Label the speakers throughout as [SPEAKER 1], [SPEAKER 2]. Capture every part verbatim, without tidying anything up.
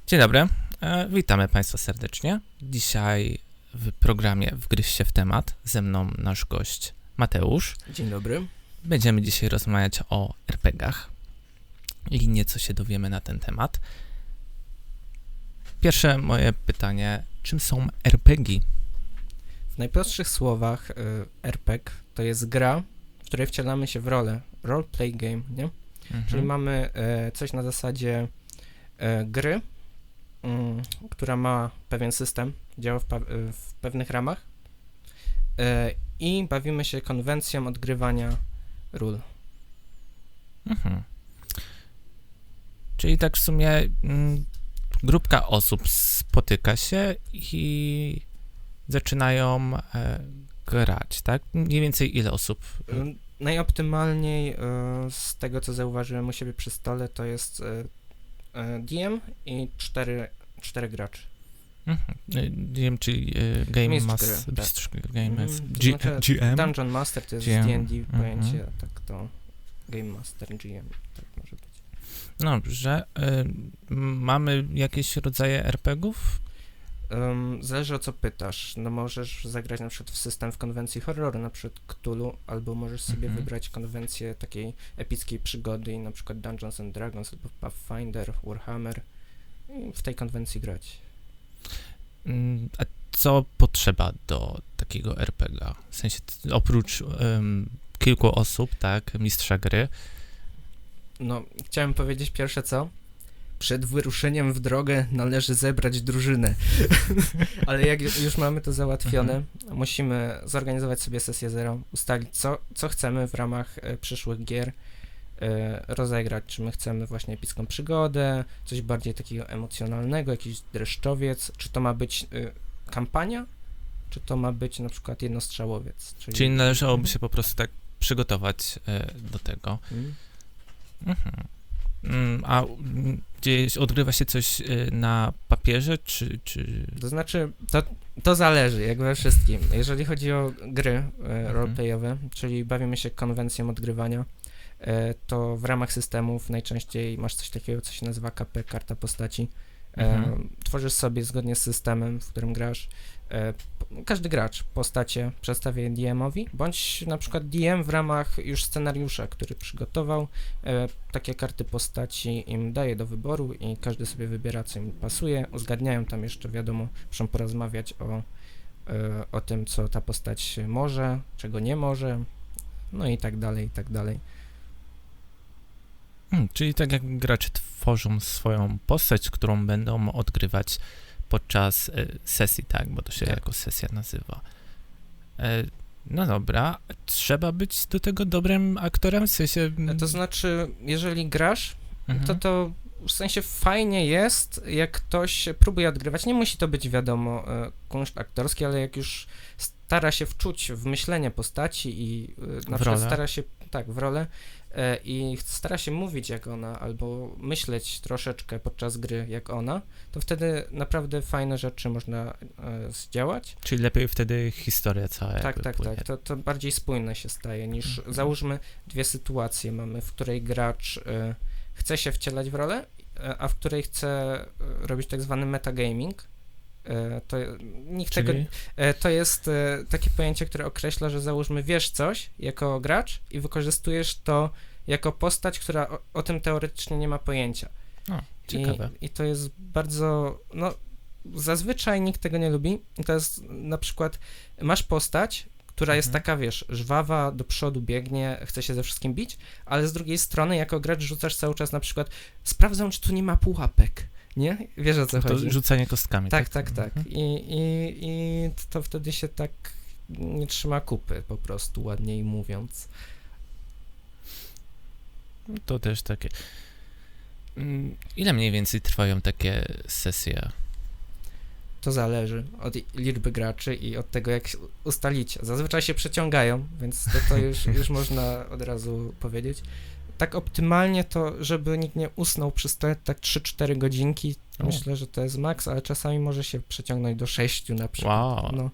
[SPEAKER 1] Dzień dobry, e, witamy Państwa serdecznie. Dzisiaj w programie Wgryź się w temat, ze mną nasz gość Mateusz.
[SPEAKER 2] Dzień dobry.
[SPEAKER 1] Będziemy dzisiaj rozmawiać o er pe gach i nieco się dowiemy na ten temat. Pierwsze moje pytanie, czym są er pe gi?
[SPEAKER 2] W najprostszych słowach y, er pe gie to jest gra, w której wcielamy się w rolę, role play game, nie?
[SPEAKER 1] Mhm.
[SPEAKER 2] Czyli mamy y, coś na zasadzie y, gry, y, która ma pewien system, działa w, pa- y, w pewnych ramach y, i bawimy się konwencją odgrywania ról.
[SPEAKER 1] Mhm. Czyli tak w sumie mm, grupka osób spotyka się i zaczynają e, grać, tak? Mniej więcej ile osób?
[SPEAKER 2] Y, najoptymalniej y, z tego, co zauważyłem u siebie przy stole, to jest y, y, D M i cztery, cztery gracze.
[SPEAKER 1] Mhm. Nie wiem, czyli e, Game
[SPEAKER 2] Mistrz
[SPEAKER 1] Master,
[SPEAKER 2] gry, tak.
[SPEAKER 1] mistrz gry, Game
[SPEAKER 2] Mm,
[SPEAKER 1] Master,
[SPEAKER 2] to
[SPEAKER 1] G-
[SPEAKER 2] znaczy
[SPEAKER 1] G M?
[SPEAKER 2] Dungeon Master to jest
[SPEAKER 1] G M,
[SPEAKER 2] D and D
[SPEAKER 1] mhm.
[SPEAKER 2] pojęcie, a tak to Game Master, G M, tak może być.
[SPEAKER 1] Dobrze. Y, m- mamy jakieś rodzaje er pe gów?
[SPEAKER 2] Um, zależy o co pytasz. No możesz zagrać na przykład w system w konwencji horroru, na przykład Cthulhu, albo możesz sobie
[SPEAKER 1] Mhm.
[SPEAKER 2] wybrać konwencję takiej epickiej przygody i na przykład Dungeons and Dragons albo Pathfinder, Warhammer i w tej konwencji grać.
[SPEAKER 1] Mm, A co potrzeba do takiego er pe ga? W sensie t- oprócz em, kilku osób, tak, mistrza gry.
[SPEAKER 2] No, chciałem powiedzieć pierwsze co? Przed wyruszeniem w drogę należy zebrać drużynę. Ale jak ju- już mamy to załatwione, musimy zorganizować sobie sesję zero, ustalić co, co chcemy w ramach e, przyszłych gier e, rozegrać. Czy my chcemy właśnie epicką przygodę, coś bardziej takiego emocjonalnego, jakiś dreszczowiec, czy to ma być e, kampania, czy to ma być na przykład jednostrzałowiec. Czyli,
[SPEAKER 1] Czyli należałoby
[SPEAKER 2] Mhm.
[SPEAKER 1] się po prostu tak przygotować e, do tego.
[SPEAKER 2] Mhm.
[SPEAKER 1] Mhm. Mm, A mm, gdzieś odgrywa się coś e, na papierze, czy... czy...
[SPEAKER 2] To znaczy, to, to zależy, jak we wszystkim. Jeżeli chodzi o gry e, roleplayowe, czyli bawimy się konwencją odgrywania, e, to w ramach systemów najczęściej masz coś takiego, co się nazywa ka pe, karta postaci. E,
[SPEAKER 1] Mhm.
[SPEAKER 2] Tworzysz sobie zgodnie z systemem, w którym grasz. E, p- każdy gracz postacie przedstawia D M-owi, bądź na przykład D M w ramach już scenariusza, który przygotował, e, takie karty postaci im daje do wyboru i każdy sobie wybiera, co im pasuje. Uzgadniają tam jeszcze, wiadomo, muszą porozmawiać o, e, o tym, co ta postać może, czego nie może, no i tak dalej, i tak dalej.
[SPEAKER 1] Hmm, czyli tak jak gracze tworzą swoją postać, którą będą odgrywać podczas e, sesji, tak, bo to się
[SPEAKER 2] Tak.
[SPEAKER 1] jako sesja nazywa. E, no dobra, trzeba być do tego dobrym aktorem, w sensie...
[SPEAKER 2] E, To znaczy, jeżeli grasz,
[SPEAKER 1] Mhm.
[SPEAKER 2] to to w sensie fajnie jest, jak ktoś próbuje odgrywać. Nie musi to być, wiadomo, e, kunszt aktorski, ale jak już stara się wczuć w myślenie postaci i e, na
[SPEAKER 1] W
[SPEAKER 2] przykład
[SPEAKER 1] rolę.
[SPEAKER 2] stara się, tak, w rolę e, i stara się mówić jak ona, albo myśleć troszeczkę podczas gry jak ona, to wtedy naprawdę fajne rzeczy można e, zdziałać.
[SPEAKER 1] Czyli lepiej wtedy historia cała
[SPEAKER 2] Tak,
[SPEAKER 1] jakby
[SPEAKER 2] tak,
[SPEAKER 1] płynie.
[SPEAKER 2] tak. To, to bardziej spójne się staje niż,
[SPEAKER 1] Mhm.
[SPEAKER 2] załóżmy, dwie sytuacje mamy, w której gracz y, chce się wcielać w rolę, y, a w której chce y, robić tak zwany metagaming. Y, to nikt tego,
[SPEAKER 1] Czyli...
[SPEAKER 2] y, to jest y, takie pojęcie, które określa, że załóżmy wiesz coś jako gracz i wykorzystujesz to jako postać, która o, o tym teoretycznie nie ma pojęcia.
[SPEAKER 1] O, ciekawe.
[SPEAKER 2] I, I to jest bardzo, no zazwyczaj nikt tego nie lubi. I to jest na przykład, masz postać, która jest
[SPEAKER 1] Mhm.
[SPEAKER 2] taka, wiesz, żwawa, do przodu biegnie, chce się ze wszystkim bić, ale z drugiej strony jako gracz rzucasz cały czas na przykład, sprawdzam, czy tu nie ma pułapek, nie? Wiesz, o co
[SPEAKER 1] To
[SPEAKER 2] chodzi?
[SPEAKER 1] rzucanie kostkami,
[SPEAKER 2] Tak,
[SPEAKER 1] tak?
[SPEAKER 2] tak, tak.
[SPEAKER 1] Mhm.
[SPEAKER 2] I, i, I to wtedy się tak nie trzyma kupy, po prostu, ładniej mówiąc.
[SPEAKER 1] To też takie... Mm, Ile mniej więcej trwają takie sesje?
[SPEAKER 2] To zależy od liczby graczy i od tego, jak się ustalicie. Zazwyczaj się przeciągają, więc to, to już, już można od razu powiedzieć. Tak optymalnie to, żeby nikt nie usnął przy stole, tak trzy cztery godzinki,
[SPEAKER 1] O.
[SPEAKER 2] myślę, że to jest maks, ale czasami może się przeciągnąć do sześciu na przykład.
[SPEAKER 1] Wow.
[SPEAKER 2] No,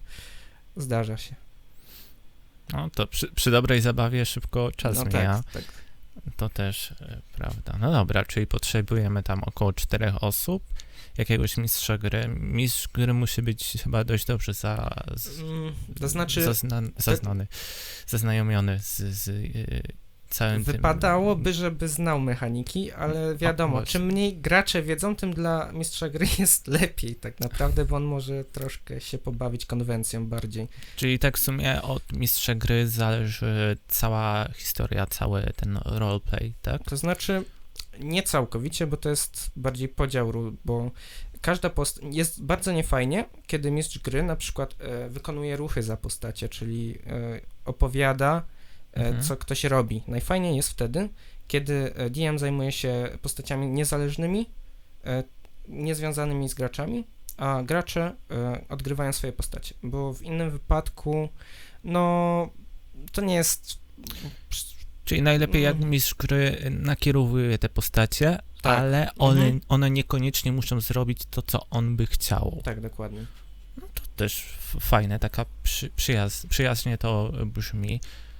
[SPEAKER 2] zdarza się.
[SPEAKER 1] No to przy, przy dobrej zabawie szybko czas
[SPEAKER 2] no
[SPEAKER 1] mija.
[SPEAKER 2] tak, tak.
[SPEAKER 1] To też e, prawda. No dobra, czyli potrzebujemy tam około czterech osób, jakiegoś mistrza gry. Mistrz gry musi być chyba dość dobrze za, z,
[SPEAKER 2] Mm, to znaczy,
[SPEAKER 1] zazna, zaznany, zaznajomiony z, z y, całym tym.
[SPEAKER 2] wypadałoby, żeby znał mechaniki, ale wiadomo,
[SPEAKER 1] właśnie.
[SPEAKER 2] czym mniej gracze wiedzą, tym dla mistrza gry jest lepiej tak naprawdę, bo on może troszkę się pobawić konwencją bardziej.
[SPEAKER 1] Czyli tak w sumie od mistrza gry zależy cała historia, cały ten roleplay, tak?
[SPEAKER 2] To znaczy, nie całkowicie, bo to jest bardziej podział ról, bo każda postać jest bardzo niefajnie, kiedy mistrz gry na przykład e, wykonuje ruchy za postacie, czyli e, opowiada, e,
[SPEAKER 1] Mhm.
[SPEAKER 2] co ktoś robi. Najfajniej jest wtedy, kiedy e, D M zajmuje się postaciami niezależnymi, e, niezwiązanymi z graczami, a gracze e, odgrywają swoje postacie, bo w innym wypadku, no, to nie jest...
[SPEAKER 1] Czyli najlepiej jak
[SPEAKER 2] Mm.
[SPEAKER 1] mistrz gry nakierowuje te postacie,
[SPEAKER 2] Tak.
[SPEAKER 1] ale one,
[SPEAKER 2] Mhm.
[SPEAKER 1] one niekoniecznie muszą zrobić to, co on by chciał.
[SPEAKER 2] Tak, dokładnie.
[SPEAKER 1] To też f- fajne, taka przy, przyjaz, przyjaźnie to brzmi.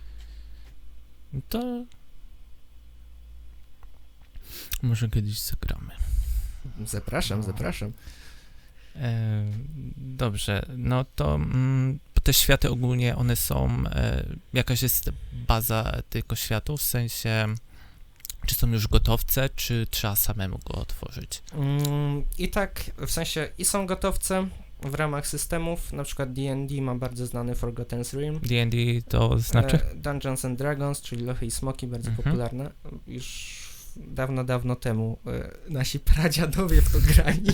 [SPEAKER 1] To może kiedyś zagramy.
[SPEAKER 2] Zapraszam,
[SPEAKER 1] No.
[SPEAKER 2] zapraszam.
[SPEAKER 1] E, dobrze, no to mm, te światy ogólnie one są, e, jakaś jest baza tylko światów, w sensie czy są już gotowce, czy trzeba samemu go otworzyć?
[SPEAKER 2] Mm, I tak, w sensie i są gotowce w ramach systemów, na przykład D and D ma bardzo znany Forgotten's Realm.
[SPEAKER 1] D and D to znaczy?
[SPEAKER 2] E, Dungeons and Dragons, czyli Lochy i Smoki, bardzo
[SPEAKER 1] Mhm.
[SPEAKER 2] popularne. Już dawno, dawno temu e, nasi pradziadowie w to grali.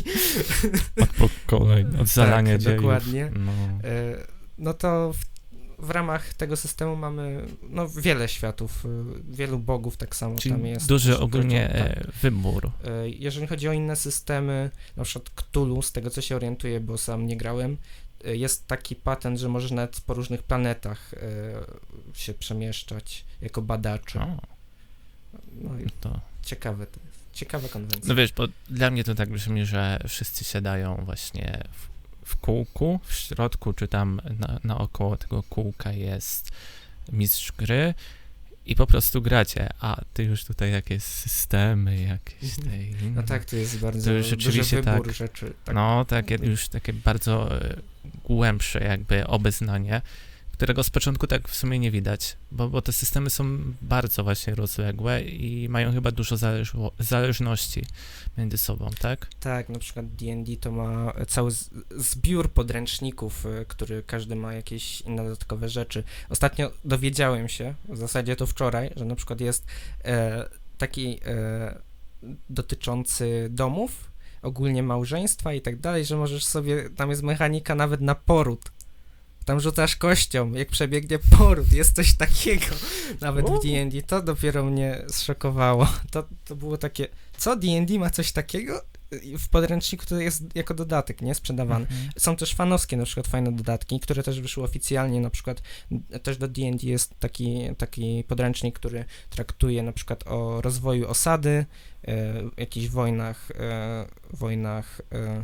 [SPEAKER 1] Od pokoleń, od zalania
[SPEAKER 2] tak,
[SPEAKER 1] dziejów.
[SPEAKER 2] dokładnie.
[SPEAKER 1] No.
[SPEAKER 2] E, no to w, w ramach tego systemu mamy no, wiele światów, e, wielu bogów tak samo
[SPEAKER 1] Czyli
[SPEAKER 2] tam jest.
[SPEAKER 1] duży
[SPEAKER 2] Dużo
[SPEAKER 1] ogólnie
[SPEAKER 2] tak.
[SPEAKER 1] e, wybór.
[SPEAKER 2] E, Jeżeli chodzi o inne systemy, na przykład Cthulhu, z tego co się orientuję, bo sam nie grałem, e, jest taki patent, że możesz nawet po różnych planetach e, się przemieszczać jako badacze.
[SPEAKER 1] O,
[SPEAKER 2] No i
[SPEAKER 1] to...
[SPEAKER 2] ciekawe to jest. Ciekawa konwencja.
[SPEAKER 1] No wiesz, bo dla mnie to tak brzmi, że wszyscy siadają właśnie w, w kółku, w środku, czy tam na, naokoło tego kółka jest mistrz gry i po prostu gracie, a ty już tutaj jakieś systemy, jakieś te inne.
[SPEAKER 2] No tak, to jest bardzo
[SPEAKER 1] To już rzeczywiście
[SPEAKER 2] duży wybór
[SPEAKER 1] tak.
[SPEAKER 2] rzeczy. Tak.
[SPEAKER 1] No, takie już takie bardzo e, głębsze jakby obeznanie, którego z początku tak w sumie nie widać, bo, bo te systemy są bardzo właśnie rozległe i mają chyba dużo zależło- zależności między sobą, tak?
[SPEAKER 2] Tak, na przykład D and D to ma cały z- zbiór podręczników, y, który każdy ma jakieś inne dodatkowe rzeczy. Ostatnio dowiedziałem się, w zasadzie to wczoraj, że na przykład jest e, taki e, dotyczący domów, ogólnie małżeństwa i tak dalej, że możesz sobie, tam jest mechanika nawet na poród. Tam rzucasz kością, jak przebiegnie poród, jest coś takiego, nawet w D and D, to dopiero mnie zszokowało. To, to było takie, co, D and D ma coś takiego? W podręczniku to jest jako dodatek, nie? Sprzedawany.
[SPEAKER 1] Mhm.
[SPEAKER 2] Są też fanowskie na przykład fajne dodatki, które też wyszły oficjalnie, na przykład m, też do D and D jest taki, taki podręcznik, który traktuje na przykład o rozwoju osady, e, jakichś wojnach, e, wojnach, e,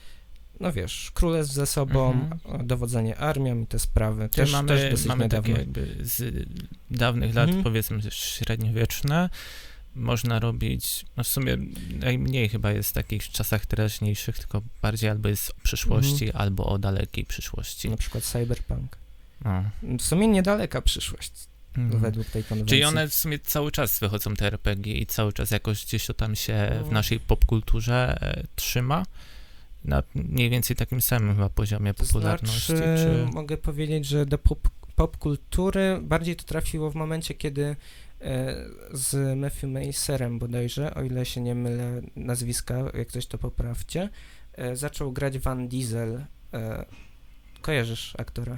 [SPEAKER 2] no wiesz, królestw ze sobą,
[SPEAKER 1] Mhm.
[SPEAKER 2] dowodzenie armią i te sprawy.
[SPEAKER 1] Czyli
[SPEAKER 2] Też,
[SPEAKER 1] mamy,
[SPEAKER 2] też dosyć
[SPEAKER 1] mamy takie
[SPEAKER 2] niedawno.
[SPEAKER 1] jakby z dawnych lat,
[SPEAKER 2] Mhm.
[SPEAKER 1] powiedzmy średniowieczne, można robić, no w sumie najmniej chyba jest w takich czasach teraźniejszych, tylko bardziej albo jest o przyszłości,
[SPEAKER 2] Mhm.
[SPEAKER 1] albo o dalekiej przyszłości.
[SPEAKER 2] Na przykład Cyberpunk.
[SPEAKER 1] No.
[SPEAKER 2] W sumie niedaleka przyszłość,
[SPEAKER 1] Mhm.
[SPEAKER 2] według tej konwencji.
[SPEAKER 1] Czyli one w sumie cały czas wychodzą, te R P G, i cały czas jakoś gdzieś to tam się w
[SPEAKER 2] No.
[SPEAKER 1] naszej popkulturze e, trzyma, na mniej więcej takim samym chyba poziomie
[SPEAKER 2] To
[SPEAKER 1] popularności,
[SPEAKER 2] znaczy,
[SPEAKER 1] czy...
[SPEAKER 2] mogę powiedzieć, że do pop, popkultury bardziej to trafiło w momencie, kiedy e, z Matthew Mercerem bodajże, o ile się nie mylę nazwiska, jak ktoś to poprawcie, e, zaczął grać Van Diesel. E, kojarzysz aktora?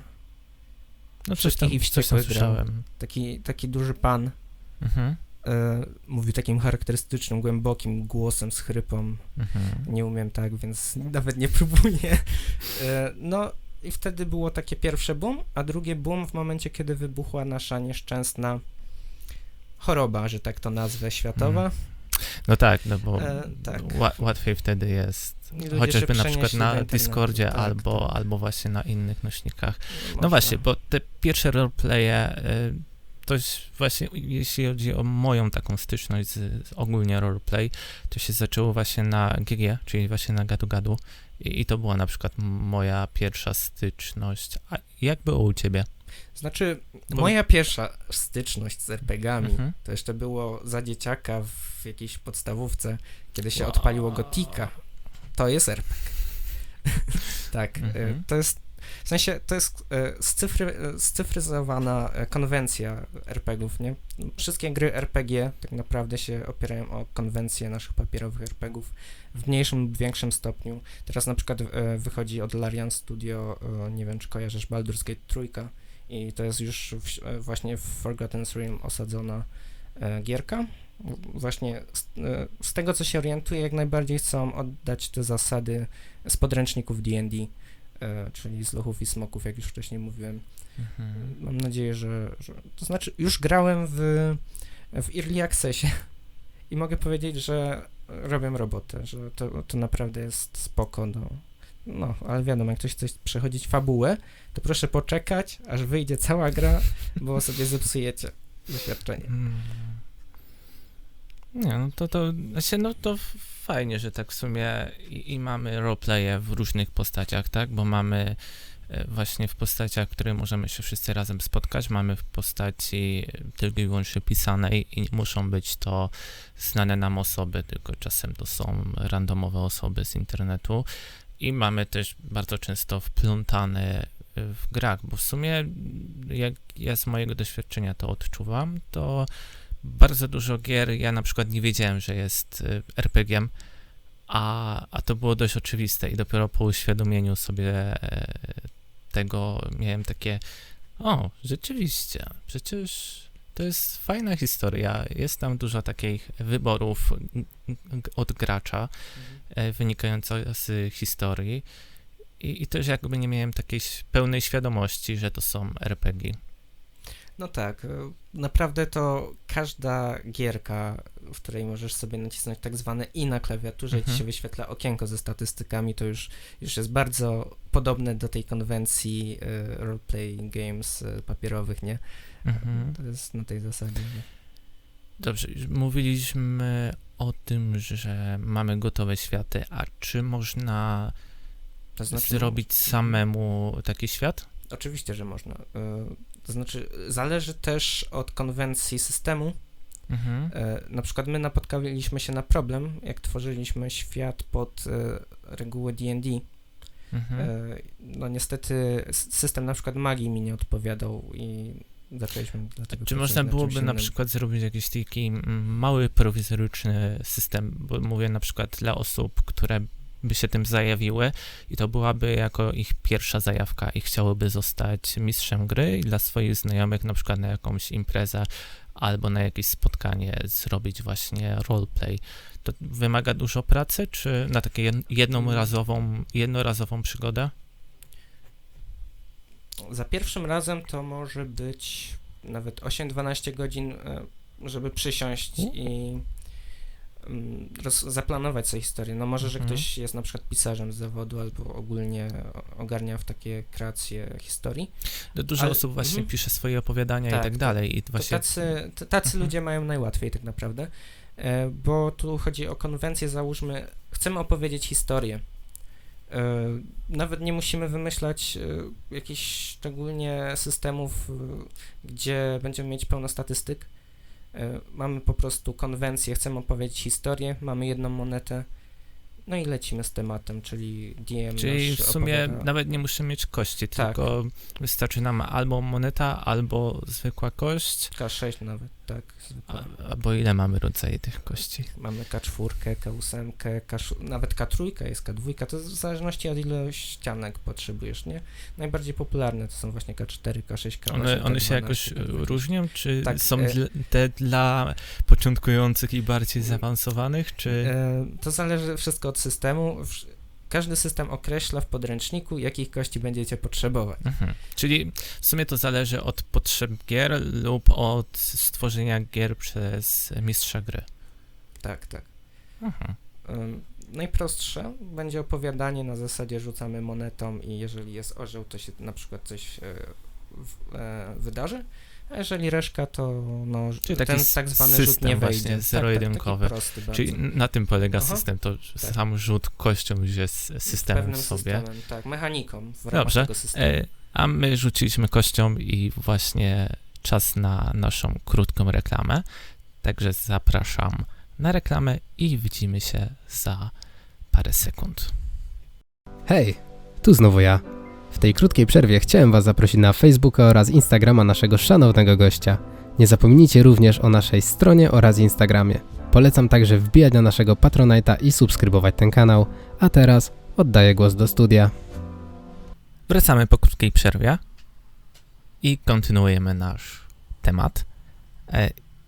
[SPEAKER 1] No coś tam,
[SPEAKER 2] Wszystkich i
[SPEAKER 1] coś tam
[SPEAKER 2] Wściekłych grał.
[SPEAKER 1] słyszałem.
[SPEAKER 2] Taki, taki duży pan.
[SPEAKER 1] Mhm.
[SPEAKER 2] E, mówi takim charakterystycznym, głębokim głosem z chrypą.
[SPEAKER 1] Mhm.
[SPEAKER 2] Nie umiem tak, więc nawet nie próbuję. E, No i wtedy było takie pierwsze boom, a drugie boom w momencie, kiedy wybuchła nasza nieszczęsna choroba, że tak to nazwę, światowa.
[SPEAKER 1] No tak, no bo
[SPEAKER 2] E, tak.
[SPEAKER 1] ła- łatwiej wtedy jest,
[SPEAKER 2] I ludzie
[SPEAKER 1] chociażby
[SPEAKER 2] się
[SPEAKER 1] na przykład
[SPEAKER 2] przenieśli
[SPEAKER 1] na
[SPEAKER 2] do internetu.
[SPEAKER 1] Discordzie
[SPEAKER 2] Tak,
[SPEAKER 1] albo,
[SPEAKER 2] tak.
[SPEAKER 1] albo właśnie na innych nośnikach. No
[SPEAKER 2] Można.
[SPEAKER 1] właśnie, bo te pierwsze roleplaye, y, to właśnie, jeśli chodzi o moją taką styczność z, z ogólnie roleplay, to się zaczęło właśnie na G G, czyli właśnie na Gadu Gadu i, i to była na przykład moja pierwsza styczność. A jak było u ciebie?
[SPEAKER 2] Znaczy,
[SPEAKER 1] Bo...
[SPEAKER 2] moja pierwsza styczność z er pe gami
[SPEAKER 1] Mhm.
[SPEAKER 2] to jeszcze było za dzieciaka w jakiejś podstawówce, kiedy się
[SPEAKER 1] Wow.
[SPEAKER 2] odpaliło Gotika. To jest er pe gie. Tak,
[SPEAKER 1] Mhm.
[SPEAKER 2] y, to jest, w sensie, to jest y, scyfry, y, scyfryzowana y, konwencja er pe gów, nie? Wszystkie gry er pe gie tak naprawdę się opierają o konwencje naszych papierowych er pe gów w mniejszym lub większym stopniu. Teraz na przykład y, wychodzi od Larian Studio, y, nie wiem, czy kojarzysz Baldur's Gate trzy, i to jest już w, właśnie w Forgotten Realm osadzona e, gierka. Właśnie z, e, z tego, co się orientuję, jak najbardziej chcą oddać te zasady z podręczników D and D, e, czyli z lochów i smoków, jak już wcześniej mówiłem.
[SPEAKER 1] Mhm.
[SPEAKER 2] Mam nadzieję, że, że... To znaczy, już grałem w, w Early Accessie i mogę powiedzieć, że robię robotę, że to, to naprawdę jest spoko, no. No, ale wiadomo, jak ktoś chce przechodzić fabułę, to proszę poczekać, aż wyjdzie cała gra, bo sobie zepsujecie doświadczenie.
[SPEAKER 1] Mm. Nie, no to, to, znaczy, no to fajnie, że tak w sumie i, i mamy roleplaye w różnych postaciach, tak, bo mamy e, właśnie w postaciach, w których możemy się wszyscy razem spotkać, mamy w postaci tylko i wyłącznie pisanej i nie muszą być to znane nam osoby, tylko czasem to są randomowe osoby z internetu. I mamy też bardzo często wplątane w grach, bo w sumie jak ja z mojego doświadczenia to odczuwam, to bardzo dużo gier, ja na przykład nie wiedziałem, że jest er pe giem, a, a to było dość oczywiste i dopiero po uświadomieniu sobie tego miałem takie, o, rzeczywiście, przecież to jest fajna historia, jest tam dużo takich wyborów od gracza, mhm. wynikających z historii i, i też jakby nie miałem takiej pełnej świadomości, że to są er pe gie.
[SPEAKER 2] No tak, naprawdę to każda gierka, w której możesz sobie nacisnąć tak zwane i na klawiaturze mhm. i ci się wyświetla okienko ze statystykami, to już, już jest bardzo podobne do tej konwencji y, role-playing games y, papierowych, nie? Mhm. To jest na tej zasadzie. Nie?
[SPEAKER 1] Dobrze, mówiliśmy o tym, że mamy gotowe światy, a czy można to znaczy, zrobić samemu taki świat?
[SPEAKER 2] Oczywiście, że można. To znaczy, zależy też od konwencji systemu. Mhm. Na przykład my napotkaliśmy się na problem, jak tworzyliśmy świat pod reguły D and D. Mhm. No niestety system na przykład magii mi nie odpowiadał i zaczęliśmy dlatego...
[SPEAKER 1] Czy można byłoby na przykład zrobić jakiś taki mały, prowizoryczny system, bo mówię na przykład dla osób, które by się tym zajawiły i to byłaby jako ich pierwsza zajawka i chciałyby zostać mistrzem gry i dla swoich znajomych na przykład na jakąś imprezę albo na jakieś spotkanie zrobić właśnie roleplay. To wymaga dużo pracy, czy na taką jednorazową, jednorazową przygodę?
[SPEAKER 2] Za pierwszym razem to może być nawet osiem do dwunastu godzin, żeby przysiąść U? i roz, zaplanować sobie historię. No może, mhm. że ktoś jest na przykład pisarzem z zawodu albo ogólnie ogarnia w takie kreacje historii.
[SPEAKER 1] Do dużo Ale, osób właśnie mm, pisze swoje opowiadania tak, i tak dalej. I właśnie...
[SPEAKER 2] Tacy, tacy mhm. ludzie mają najłatwiej tak naprawdę, bo tu chodzi o konwencję, załóżmy, chcemy opowiedzieć historię. Nawet nie musimy wymyślać jakichś szczególnie systemów, gdzie będziemy mieć pełno statystyk. Mamy po prostu konwencję, chcemy opowiedzieć historię, mamy jedną monetę, no i lecimy z tematem, czyli D M
[SPEAKER 1] Czyli w sumie opowiada... nawet nie musimy mieć kości, tak. tylko wystarczy nam albo moneta, albo zwykła kość.
[SPEAKER 2] K sześć nawet, tak.
[SPEAKER 1] A, albo ile mamy rodzajów tych kości?
[SPEAKER 2] Mamy K cztery, K osiem, K, nawet K trzy jest, K dwa, to w zależności od ilu ścianek potrzebujesz, nie? Najbardziej popularne to są właśnie K cztery, K sześć, K osiem,
[SPEAKER 1] One, one
[SPEAKER 2] K dwanaście,
[SPEAKER 1] się jakoś
[SPEAKER 2] K dwadzieścia.
[SPEAKER 1] różnią, czy
[SPEAKER 2] tak,
[SPEAKER 1] są
[SPEAKER 2] e...
[SPEAKER 1] dla, te dla początkujących i bardziej zaawansowanych, czy...
[SPEAKER 2] E, to zależy wszystko od systemu. Każdy system określa w podręczniku, jakich kości będziecie potrzebować. Mhm.
[SPEAKER 1] Czyli w sumie to zależy od potrzeb gier lub od stworzenia gier przez mistrza gry.
[SPEAKER 2] Tak, tak. Mhm. Um, najprostsze będzie opowiadanie na zasadzie rzucamy monetą i jeżeli jest orzeł, to się na przykład coś e, w, e, wydarzy. A jeżeli reszka, to no,
[SPEAKER 1] Czyli taki
[SPEAKER 2] ten tak zwany rzut
[SPEAKER 1] system
[SPEAKER 2] nie
[SPEAKER 1] właśnie
[SPEAKER 2] wejdzie.
[SPEAKER 1] zero-jedynkowy.
[SPEAKER 2] Tak, tak, taki prosty bardzo.
[SPEAKER 1] Czyli na tym polega
[SPEAKER 2] Aha.
[SPEAKER 1] system, to
[SPEAKER 2] Tak.
[SPEAKER 1] sam rzut kością już jest systemem
[SPEAKER 2] Pewnym
[SPEAKER 1] w sobie.
[SPEAKER 2] systemem, tak, mechaniką w ramach
[SPEAKER 1] Dobrze,
[SPEAKER 2] tego systemu.
[SPEAKER 1] e, a my rzuciliśmy kością i właśnie czas na naszą krótką reklamę. Także zapraszam na reklamę i widzimy się za parę sekund.
[SPEAKER 3] Hej, tu znowu ja. W tej krótkiej przerwie chciałem Was zaprosić na Facebooka oraz Instagrama naszego szanownego gościa. Nie zapomnijcie również o naszej stronie oraz Instagramie. Polecam także wbijać na naszego Patronite'a i subskrybować ten kanał. A teraz oddaję głos do studia.
[SPEAKER 1] Wracamy po krótkiej przerwie i kontynuujemy nasz temat. E,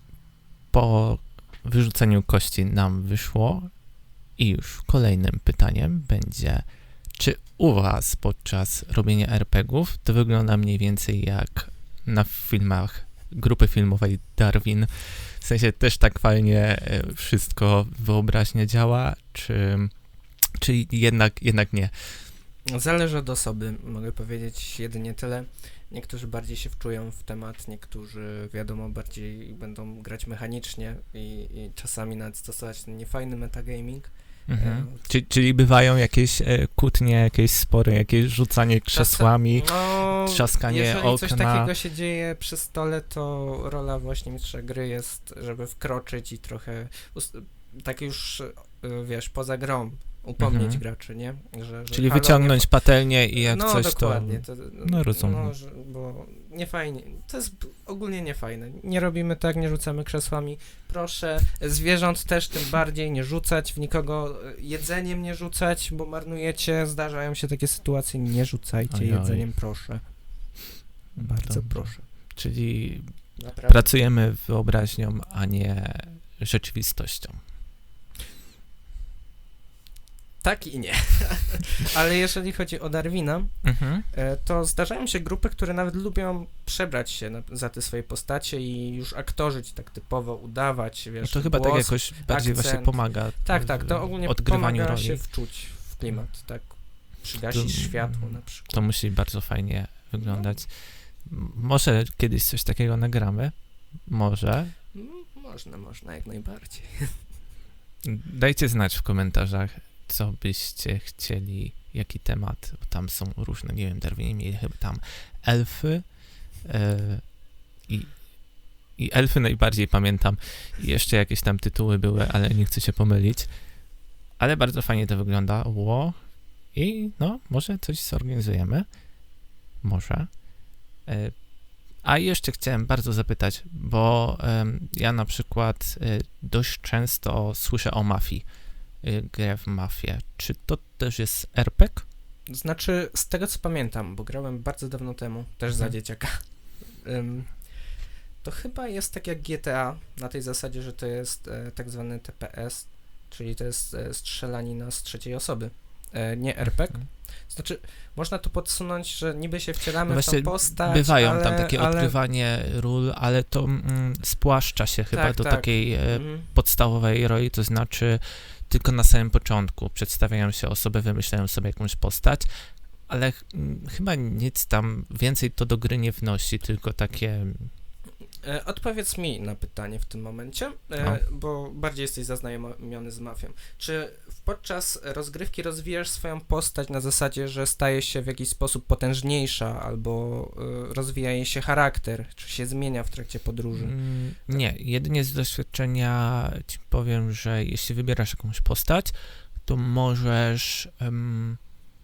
[SPEAKER 1] po wyrzuceniu kości nam wyszło i już kolejnym pytaniem będzie, czy u Was podczas robienia er pe gie ów to wygląda mniej więcej jak na filmach grupy filmowej Darwin? W sensie też tak fajnie wszystko wyobraźnie działa, czy, czy jednak, jednak nie?
[SPEAKER 2] Zależy od osoby, mogę powiedzieć jedynie tyle. Niektórzy bardziej się wczują w temat, niektórzy wiadomo bardziej będą grać mechanicznie i, i czasami nawet stosować ten niefajny metagaming.
[SPEAKER 1] Mhm.
[SPEAKER 2] E,
[SPEAKER 1] Czyli, czyli bywają jakieś e, kłótnie, jakieś spory, jakieś rzucanie krzesłami,
[SPEAKER 2] no,
[SPEAKER 1] trzaskanie
[SPEAKER 2] jeżeli
[SPEAKER 1] okna.
[SPEAKER 2] coś takiego się dzieje przy stole, to rola właśnie mistrza gry jest, żeby wkroczyć i trochę ust- tak już, y, wiesz, poza grą upomnieć
[SPEAKER 1] Mhm.
[SPEAKER 2] graczy, nie? Że, że
[SPEAKER 1] Czyli
[SPEAKER 2] halo,
[SPEAKER 1] wyciągnąć
[SPEAKER 2] nie...
[SPEAKER 1] patelnię i jak
[SPEAKER 2] no,
[SPEAKER 1] coś
[SPEAKER 2] dokładnie,
[SPEAKER 1] to...
[SPEAKER 2] to...
[SPEAKER 1] no, rozumiem.
[SPEAKER 2] No, że, bo nie fajnie, to jest ogólnie niefajne. Nie robimy tak, nie rzucamy krzesłami. Proszę, zwierząt też tym bardziej nie rzucać, w nikogo jedzeniem nie rzucać, bo marnujecie, zdarzają się takie sytuacje, nie rzucajcie
[SPEAKER 1] Ojoj.
[SPEAKER 2] jedzeniem, proszę. Bardzo
[SPEAKER 1] Dobrze.
[SPEAKER 2] proszę.
[SPEAKER 1] Czyli
[SPEAKER 2] Naprawdę.
[SPEAKER 1] pracujemy wyobraźnią, a nie rzeczywistością.
[SPEAKER 2] Tak i nie. Ale jeżeli chodzi o Darwina,
[SPEAKER 1] Mhm.
[SPEAKER 2] e, to zdarzają się grupy, które nawet lubią przebrać się na, za te swoje postacie i już aktorzyć tak typowo, udawać,
[SPEAKER 1] No
[SPEAKER 2] wiesz,
[SPEAKER 1] to chyba
[SPEAKER 2] głos.
[SPEAKER 1] tak jakoś bardziej właśnie
[SPEAKER 2] akcent.
[SPEAKER 1] pomaga
[SPEAKER 2] Tak, tak,
[SPEAKER 1] w
[SPEAKER 2] to ogólnie
[SPEAKER 1] odgrywaniu
[SPEAKER 2] pomaga
[SPEAKER 1] roli.
[SPEAKER 2] się wczuć w klimat, tak. Przygasić
[SPEAKER 1] To-
[SPEAKER 2] światło na przykład.
[SPEAKER 1] To musi bardzo fajnie wyglądać. M- Może kiedyś coś takiego nagramy. Może.
[SPEAKER 2] Mm, Można, można, jak najbardziej.
[SPEAKER 1] Dajcie znać w komentarzach, co byście chcieli, jaki temat. Bo tam są różne, nie wiem, Darwinie mieli chyba tam elfy e, i, i elfy najbardziej pamiętam. I jeszcze jakieś tam tytuły były, ale nie chcę się pomylić. Ale bardzo fajnie to wyglądało i no, może coś zorganizujemy. Może. E, A jeszcze chciałem bardzo zapytać, bo em, ja na przykład y, dość często słyszę o mafii, y, grę w mafię. Czy to też jest er pe gie?
[SPEAKER 2] Znaczy, z tego co pamiętam, bo grałem bardzo dawno temu, też za
[SPEAKER 1] Mhm.
[SPEAKER 2] dzieciaka, ym, to chyba jest tak jak G T A, na tej zasadzie, że to jest e, tak zwany T P S, czyli to jest e, strzelanina z trzeciej osoby, e, nie er pe gie.
[SPEAKER 1] Mhm.
[SPEAKER 2] Znaczy, można tu podsunąć, że niby się wcielamy
[SPEAKER 1] No
[SPEAKER 2] w tą
[SPEAKER 1] właśnie
[SPEAKER 2] postać,
[SPEAKER 1] Bywają
[SPEAKER 2] ale,
[SPEAKER 1] tam takie
[SPEAKER 2] ale,
[SPEAKER 1] odgrywanie ról, ale to mm, spłaszcza się chyba
[SPEAKER 2] Tak,
[SPEAKER 1] do
[SPEAKER 2] tak.
[SPEAKER 1] takiej e,
[SPEAKER 2] Mm,
[SPEAKER 1] podstawowej roli, to znaczy tylko na samym początku przedstawiają się osoby, wymyślają sobie jakąś postać, ale ch- mm, chyba nic tam więcej to do gry nie wnosi, tylko takie...
[SPEAKER 2] E, Odpowiedz mi na pytanie w tym momencie, e,
[SPEAKER 1] No.
[SPEAKER 2] bo bardziej jesteś zaznajomiony z mafią. Czy podczas rozgrywki rozwijasz swoją postać na zasadzie, że staje się w jakiś sposób potężniejsza, albo e, rozwija jej się charakter, czy się zmienia w trakcie podróży?
[SPEAKER 1] Mm, Nie, jedynie z doświadczenia ci powiem, że jeśli wybierasz jakąś postać, to możesz em,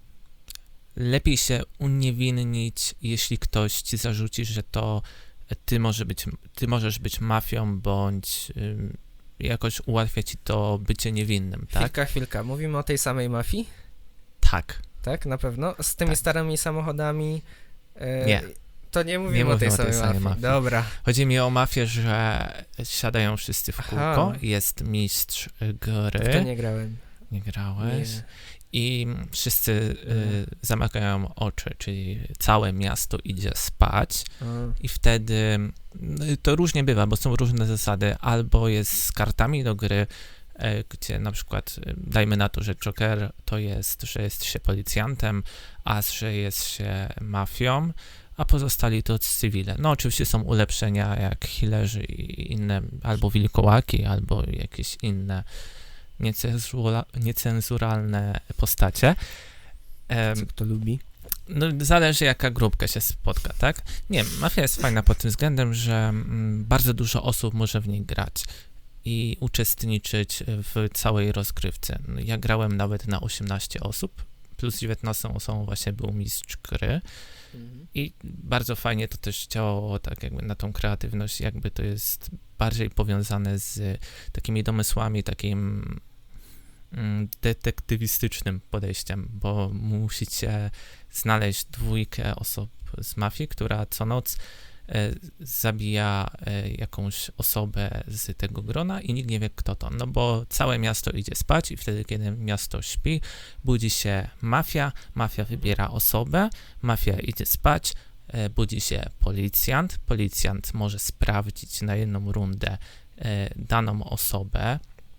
[SPEAKER 1] lepiej się uniewinnić, jeśli ktoś ci zarzuci, że to ty, może być, ty możesz być mafią, bądź ym, jakoś ułatwia ci to bycie niewinnym, tak?
[SPEAKER 2] Chwilka, chwilka. Mówimy o tej samej mafii?
[SPEAKER 1] Tak.
[SPEAKER 2] Tak, na pewno? Z tymi
[SPEAKER 1] Tak.
[SPEAKER 2] starymi samochodami? E,
[SPEAKER 1] Nie.
[SPEAKER 2] To nie mówimy
[SPEAKER 1] Nie
[SPEAKER 2] o tej
[SPEAKER 1] mówimy o tej
[SPEAKER 2] samej
[SPEAKER 1] samej
[SPEAKER 2] mafii.
[SPEAKER 1] mafii.
[SPEAKER 2] Dobra.
[SPEAKER 1] Chodzi mi o mafię, że siadają wszyscy w
[SPEAKER 2] Aha.
[SPEAKER 1] kółko, jest mistrz gry,
[SPEAKER 2] W to nie grałem.
[SPEAKER 1] nie grałeś,
[SPEAKER 2] Nie.
[SPEAKER 1] i wszyscy y,
[SPEAKER 2] Mhm.
[SPEAKER 1] zamykają oczy, czyli całe miasto idzie spać
[SPEAKER 2] A.
[SPEAKER 1] i wtedy no, to różnie bywa, bo są różne zasady, albo jest z kartami do gry, e, gdzie na przykład e, dajmy na to, że Joker to jest, że jest się policjantem, a że jest się mafią, a pozostali to cywile. No oczywiście są ulepszenia jak healerzy i inne, albo wilkołaki, albo jakieś inne niecenzura, niecenzuralne postacie.
[SPEAKER 2] Um, Co kto lubi?
[SPEAKER 1] No, zależy jaka grupka się spotka, tak? Nie, Mafia jest fajna pod tym względem, że mm, bardzo dużo osób może w niej grać i uczestniczyć w całej rozgrywce. Ja grałem nawet na osiemnaście osób, plus dziewiętnastą osobą właśnie był mistrz gry mhm. i bardzo fajnie to też działało tak jakby na tą kreatywność, jakby to jest bardziej powiązane z takimi domysłami, takim detektywistycznym podejściem, bo musicie znaleźć dwójkę osób z mafii, która co noc e, zabija e, jakąś osobę z tego grona i nikt nie wie kto to, no bo całe miasto idzie spać i wtedy, kiedy miasto śpi, budzi się mafia, mafia wybiera osobę, mafia idzie spać, e, budzi się policjant, policjant może sprawdzić na jedną rundę e, daną osobę,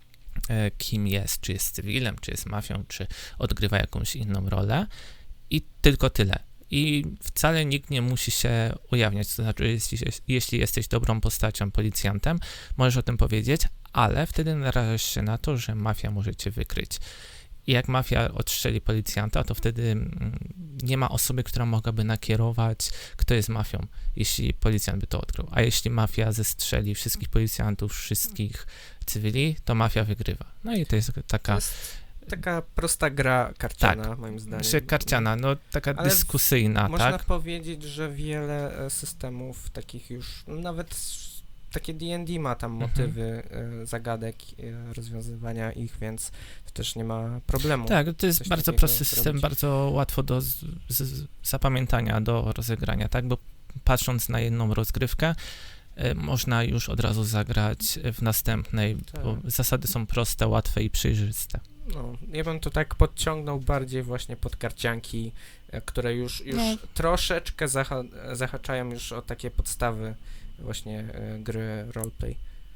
[SPEAKER 1] kim jest, czy jest cywilem, czy jest mafią, czy odgrywa jakąś inną rolę i tylko tyle. I wcale nikt nie musi się ujawniać, to znaczy jeśli, jeśli jesteś dobrą postacią, policjantem, możesz o tym powiedzieć, ale wtedy narażasz się na to, że mafia może cię wykryć. I jak mafia odstrzeli policjanta, to wtedy nie ma osoby, która mogłaby nakierować, kto jest mafią, jeśli policjant by to odkrył. A jeśli mafia zestrzeli wszystkich policjantów, wszystkich cywili, to mafia wygrywa. No i to jest taka... To jest
[SPEAKER 2] taka prosta gra karciana,
[SPEAKER 1] tak,
[SPEAKER 2] moim zdaniem.
[SPEAKER 1] Że karciana, no taka
[SPEAKER 2] ale
[SPEAKER 1] dyskusyjna,
[SPEAKER 2] można
[SPEAKER 1] tak?
[SPEAKER 2] Można powiedzieć, że wiele systemów takich już, nawet takie D and D ma tam motywy mhm. zagadek, rozwiązywania ich, więc to też nie ma problemu.
[SPEAKER 1] Tak, to jest bardzo prosty system, zrobić. Bardzo łatwo do z, z, zapamiętania, do rozegrania, tak, bo patrząc na jedną rozgrywkę, y, można już od razu zagrać w następnej, tak. Bo zasady są proste, łatwe i przejrzyste.
[SPEAKER 2] No, ja bym to tak podciągnął bardziej właśnie pod karcianki, które już, już no. troszeczkę zaha zahaczają już o takie podstawy właśnie y, gry roleplay.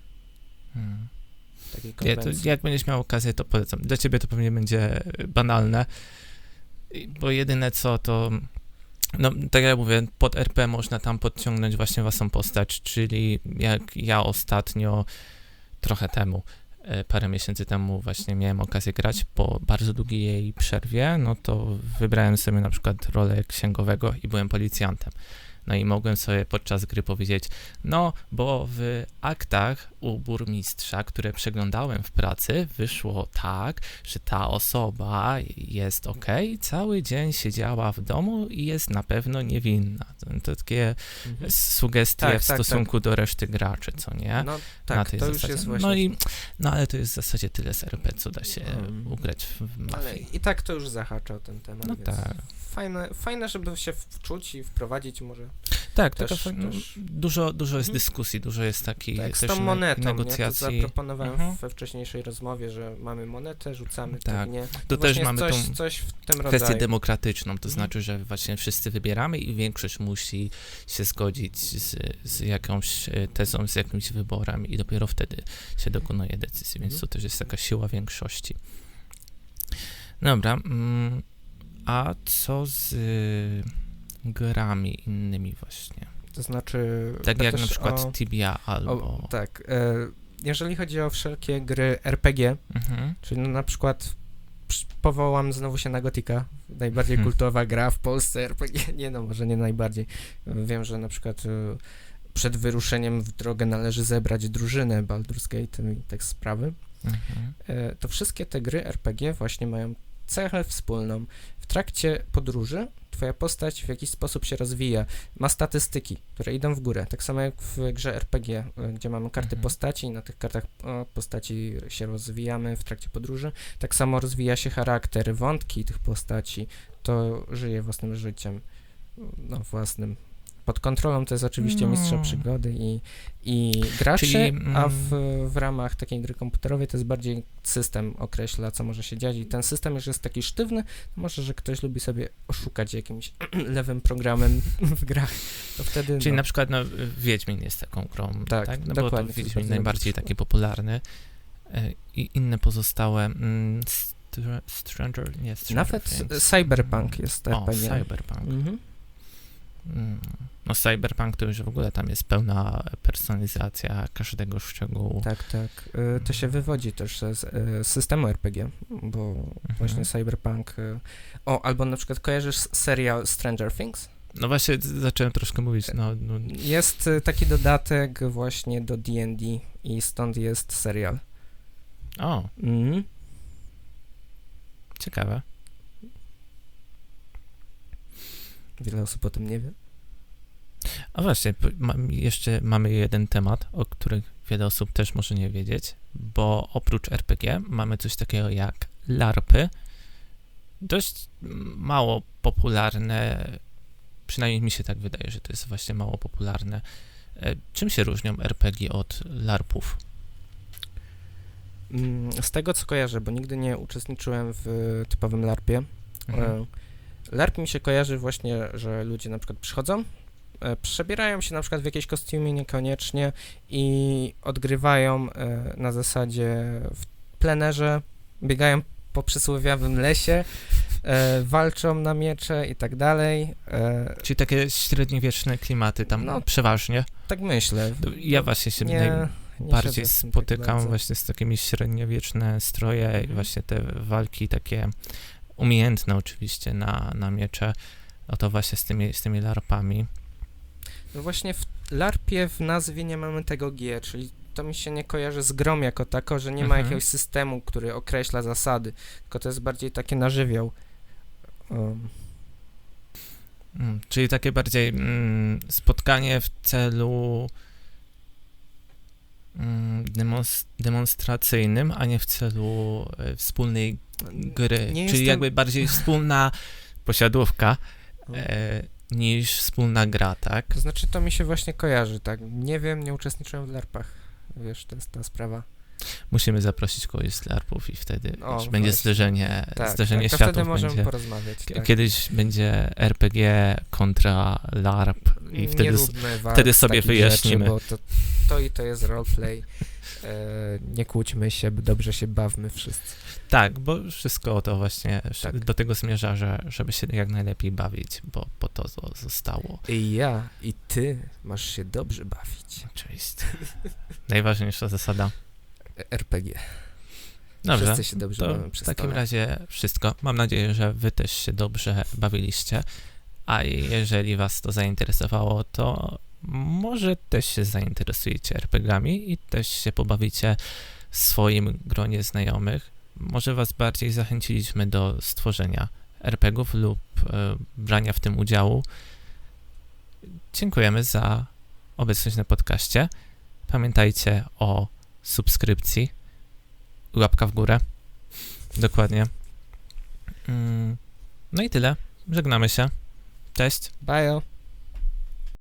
[SPEAKER 1] Hmm. Nie, to jak będziesz miał okazję, to polecam. Dla ciebie to pewnie będzie banalne, bo jedyne co to, no tak jak mówię, pod R P można tam podciągnąć właśnie własną postać, czyli jak ja ostatnio, trochę temu, parę miesięcy temu właśnie miałem okazję grać po bardzo długiej przerwie, no to wybrałem sobie na przykład rolę księgowego i byłem policjantem. No i mogłem sobie podczas gry powiedzieć, no bo w aktach u burmistrza, które przeglądałem w pracy, wyszło tak, że ta osoba jest okej, okay, cały dzień siedziała w domu i jest na pewno niewinna. To, to takie mhm. sugestie tak, w stosunku tak, tak. do reszty graczy, co nie?
[SPEAKER 2] No tak,
[SPEAKER 1] na tej
[SPEAKER 2] to
[SPEAKER 1] zasadzie.
[SPEAKER 2] już jest właśnie...
[SPEAKER 1] No, i, no ale to jest w zasadzie tyle z R P, co da się um, ugrać w mafii.
[SPEAKER 2] Ale i tak to już zahacza o ten temat,
[SPEAKER 1] no
[SPEAKER 2] więc
[SPEAKER 1] tak.
[SPEAKER 2] Fajne, fajne, żeby się wczuć i wprowadzić może.
[SPEAKER 1] Tak,
[SPEAKER 2] też,
[SPEAKER 1] taka fajna, też... dużo, dużo jest dyskusji, dużo jest takiej
[SPEAKER 2] tak,
[SPEAKER 1] też
[SPEAKER 2] z tą monetą,
[SPEAKER 1] negocjacji.
[SPEAKER 2] Ja to zaproponowałem mhm. we wcześniejszej rozmowie, że mamy monetę, rzucamy,
[SPEAKER 1] tak.
[SPEAKER 2] nie.
[SPEAKER 1] To, to też mamy
[SPEAKER 2] coś,
[SPEAKER 1] tą
[SPEAKER 2] coś w tym
[SPEAKER 1] kwestię
[SPEAKER 2] rodzaju.
[SPEAKER 1] demokratyczną, to
[SPEAKER 2] mhm.
[SPEAKER 1] znaczy, że właśnie wszyscy wybieramy i większość musi się zgodzić z, z jakąś tezą, z jakimś wyborem i dopiero wtedy się dokonuje decyzji, więc mhm. to też jest taka siła większości. Dobra, mm, a co z y, grami innymi właśnie?
[SPEAKER 2] To znaczy...
[SPEAKER 1] Tak jak na przykład
[SPEAKER 2] o,
[SPEAKER 1] Tibia albo...
[SPEAKER 2] O, tak. E, jeżeli chodzi o wszelkie gry R P G, mhm. czyli no na przykład powołam znowu się na Gothica, najbardziej hmm. kultowa gra w Polsce R P G. Nie no, może nie najbardziej. Wiem, że na przykład e, przed wyruszeniem w drogę należy zebrać drużynę Baldur's Gate i tak sprawy. Mhm. E, to wszystkie te gry R P G właśnie mają cechę wspólną. W trakcie podróży twoja postać w jakiś sposób się rozwija, ma statystyki, które idą w górę, tak samo jak w grze R P G, gdzie mamy karty mhm. postaci i na tych kartach o, postaci się rozwijamy w trakcie podróży, tak samo rozwija się charakter, wątki tych postaci, to żyje własnym życiem, no własnym. Pod kontrolą to jest oczywiście no. mistrza przygody i, i gracze, Czyli, mm, a w, w ramach takiej gry komputerowej to jest bardziej system określa, co może się dziać i ten system już jest taki sztywny, to może, że ktoś lubi sobie oszukać jakimś lewym programem w grach, to wtedy...
[SPEAKER 1] Czyli
[SPEAKER 2] no.
[SPEAKER 1] na przykład no, Wiedźmin jest taką grą, tak? tak? No
[SPEAKER 2] dokładnie.
[SPEAKER 1] Bo to Wiedźmin najbardziej taki popularny i inne pozostałe... Mm, Stranger, nie Stranger
[SPEAKER 2] Nawet Things. Cyberpunk jest R P G.
[SPEAKER 1] O, Cyberpunk. Mhm. Mm, No Cyberpunk to już w ogóle tam jest pełna personalizacja każdego szczegółu.
[SPEAKER 2] Tak, tak. Y, To się wywodzi też z y, systemu R P G, bo
[SPEAKER 1] Mhm.
[SPEAKER 2] właśnie Cyberpunk... y, O, albo na przykład kojarzysz serial Stranger Things?
[SPEAKER 1] No właśnie z- zacząłem troszkę mówić, no, no
[SPEAKER 2] Jest y, taki dodatek właśnie do D and D i stąd jest serial.
[SPEAKER 1] o,
[SPEAKER 2] Mhm.
[SPEAKER 1] ciekawe.
[SPEAKER 2] Wiele osób o tym nie wie.
[SPEAKER 1] A właśnie, p- mam, jeszcze mamy jeden temat, o którym wiele osób też może nie wiedzieć, bo oprócz R P G mamy coś takiego jak LARPy, dość mało popularne, przynajmniej mi się tak wydaje, że to jest właśnie mało popularne. E, Czym się różnią R P G od LARPów?
[SPEAKER 2] Mm, Z tego co kojarzę, bo nigdy nie uczestniczyłem w typowym larpie.
[SPEAKER 1] Mhm.
[SPEAKER 2] E, LARP mi się kojarzy właśnie, że ludzie na przykład przychodzą, e, przebierają się na przykład w jakieś kostiumy niekoniecznie i odgrywają e, na zasadzie w plenerze, biegają po przysłowiowym lesie, e, walczą na miecze i tak dalej. E,
[SPEAKER 1] Czyli takie średniowieczne klimaty tam
[SPEAKER 2] No.
[SPEAKER 1] przeważnie.
[SPEAKER 2] tak myślę.
[SPEAKER 1] Ja właśnie się
[SPEAKER 2] Nie,
[SPEAKER 1] naj-
[SPEAKER 2] nie
[SPEAKER 1] bardziej
[SPEAKER 2] siedzę w tym tak
[SPEAKER 1] spotykam
[SPEAKER 2] bardzo.
[SPEAKER 1] właśnie z takimi średniowieczne stroje i
[SPEAKER 2] Mhm.
[SPEAKER 1] właśnie te walki takie umiejętne oczywiście na, na miecze, o to właśnie z tymi, z tymi larpami.
[SPEAKER 2] No właśnie w larpie w nazwie nie mamy tego G, czyli to mi się nie kojarzy z grą jako tako, że nie ma
[SPEAKER 1] Mhm.
[SPEAKER 2] jakiegoś systemu, który określa zasady, tylko to jest bardziej takie na żywioł. Um,
[SPEAKER 1] Mm, czyli takie bardziej mm, spotkanie w celu mm, demons- demonstracyjnym, a nie w celu e, wspólnej gry.
[SPEAKER 2] Nie
[SPEAKER 1] Czyli
[SPEAKER 2] jestem-
[SPEAKER 1] jakby bardziej wspólna posiadłówka e, niż wspólna gra, tak?
[SPEAKER 2] To znaczy to mi się właśnie kojarzy, tak? Nie wiem, nie uczestniczyłem w larpach, wiesz, to jest ta sprawa.
[SPEAKER 1] Musimy zaprosić kogoś z larpów i wtedy
[SPEAKER 2] O,
[SPEAKER 1] wiesz, będzie
[SPEAKER 2] właśnie.
[SPEAKER 1] zderzenie,
[SPEAKER 2] Tak,
[SPEAKER 1] zderzenie
[SPEAKER 2] tak, to
[SPEAKER 1] światów.
[SPEAKER 2] wtedy możemy
[SPEAKER 1] będzie.
[SPEAKER 2] porozmawiać,
[SPEAKER 1] K-
[SPEAKER 2] tak.
[SPEAKER 1] Kiedyś będzie R P G kontra LARP i
[SPEAKER 2] nie
[SPEAKER 1] wtedy, s-
[SPEAKER 2] róbmy walk
[SPEAKER 1] wtedy
[SPEAKER 2] z
[SPEAKER 1] sobie
[SPEAKER 2] takich
[SPEAKER 1] wyjaśnimy.
[SPEAKER 2] Rzeczy, bo to, to i to jest roleplay. E, nie kłóćmy się, dobrze się bawmy wszyscy.
[SPEAKER 1] Tak, bo wszystko o to właśnie
[SPEAKER 2] Tak.
[SPEAKER 1] do tego zmierza, że, żeby się jak najlepiej bawić, bo po to zo- zostało.
[SPEAKER 2] I ja, i ty masz się dobrze bawić.
[SPEAKER 1] Oczywiście. Najważniejsza zasada.
[SPEAKER 2] R P G.
[SPEAKER 1] Dobrze,
[SPEAKER 2] Wszyscy się dobrze
[SPEAKER 1] to
[SPEAKER 2] bawią przy
[SPEAKER 1] w takim
[SPEAKER 2] stole.
[SPEAKER 1] razie wszystko. Mam nadzieję, że wy też się dobrze bawiliście, a jeżeli was to zainteresowało, to może też się zainteresujecie R P Gami i też się pobawicie w swoim gronie znajomych. Może was bardziej zachęciliśmy do stworzenia R P Gów lub e, brania w tym udziału. Dziękujemy za obecność na podcaście. Pamiętajcie o subskrypcji. Łapka w górę. Dokładnie. Mm, No i tyle. Żegnamy się. Cześć.
[SPEAKER 2] Bye.